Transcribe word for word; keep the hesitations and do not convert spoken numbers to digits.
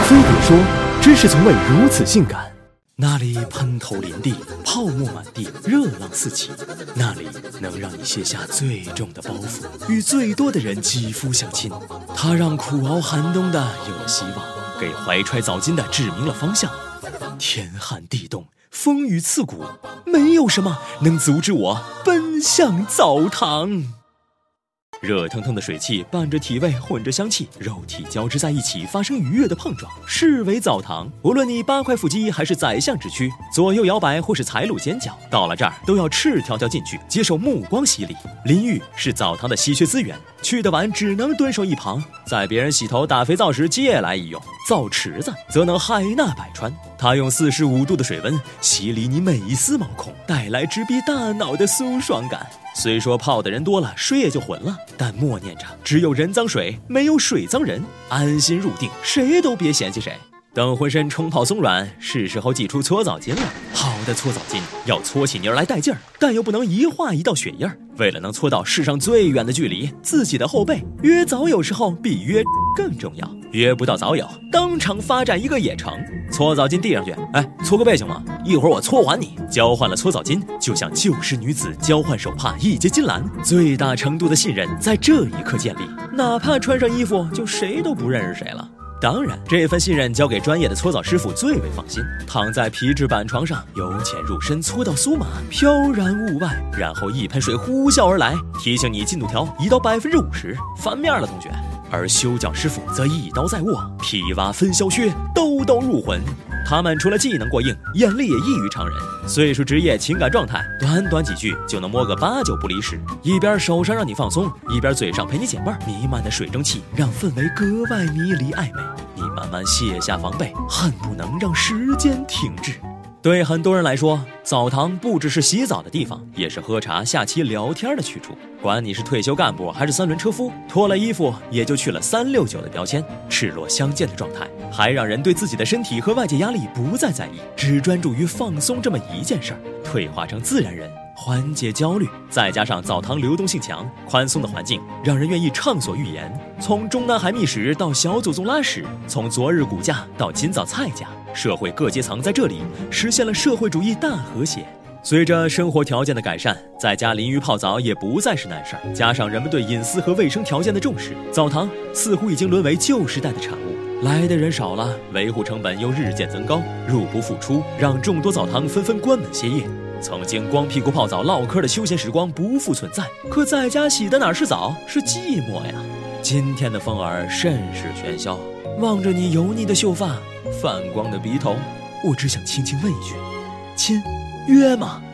飞碟说：知识从未如此性感。那里喷头淋地，泡沫满地，热浪四起。那里能让你卸下最重的包袱，与最多的人肌肤相亲。它让苦熬寒冬的有了希望，给怀揣早金的指明了方向。天寒地冻，风雨刺骨，没有什么能阻止我奔向澡堂。热腾腾的水汽伴着体味混着香气，肉体交织在一起，发生愉悦的碰撞，视为澡堂。无论你八块腹肌还是宰相之躯，左右摇摆或是财路尖角，到了这儿都要赤条条进去，接受目光洗礼。淋浴是澡堂的稀缺资源，去得晚只能蹲守一旁，在别人洗头打肥皂时借来一用。澡池子则能海纳百川，它用四十五度的水温洗礼你每一丝毛孔，带来直逼大脑的酥爽感。虽说泡的人多了，水也就浑了，但默念着只有人脏水，没有水脏人，安心入定，谁都别嫌弃谁。等浑身冲泡松软，是时候挤出搓澡巾了。好的搓澡巾要搓起泥来带劲儿，但又不能一画一道血印儿。为了能搓到世上最远的距离，自己的后背约澡有时候比约更重要。约不到澡友，当场发展一个也成。搓澡巾递上去，哎，搓个背行吗？一会儿我搓还你。交换了搓澡巾，就像旧时女子交换手帕一结金兰，最大程度的信任在这一刻建立，哪怕穿上衣服，就谁都不认识谁了。当然，这份信任交给专业的搓澡师傅最为放心。躺在皮质板床上，由浅入深，搓到酥麻，飘然物外，然后一盆水呼啸而来，提醒你进度条移到百分之五十，翻面了，同学。而修脚师傅则一刀在握，劈挖分削削，兜兜入魂。他们除了技能过硬，眼力也异于常人。岁数、职业、情感状态，短短几句就能摸个八九不离十。一边手上让你放松，一边嘴上陪你解闷，弥漫的水蒸气让氛围格外迷离暧昧。你慢慢卸下防备，恨不能让时间停滞。对很多人来说，澡堂不只是洗澡的地方，也是喝茶、下棋、聊天的去处。管你是退休干部还是三轮车夫，脱了衣服也就去了三六九的标签，赤裸相见的状态，还让人对自己的身体和外界压力不再在意，只专注于放松这么一件事儿，退化成自然人，缓解焦虑。再加上澡堂流动性强，宽松的环境让人愿意畅所欲言。从中南海秘史到小祖宗拉屎，从昨日骨架到今早菜价，社会各阶层在这里实现了社会主义大和谐。随着生活条件的改善，在家淋浴泡澡也不再是难事儿。加上人们对隐私和卫生条件的重视，澡堂似乎已经沦为旧时代的产物。来的人少了，维护成本又日渐增高，入不敷出，让众多澡堂纷纷关门歇业。曾经光屁股泡澡唠嗑的休闲时光不复存在，可在家洗的哪是澡，是寂寞呀。今天的风儿甚是喧嚣，望着你油腻的秀发，泛光的鼻头，我只想轻轻问一句：亲，约吗？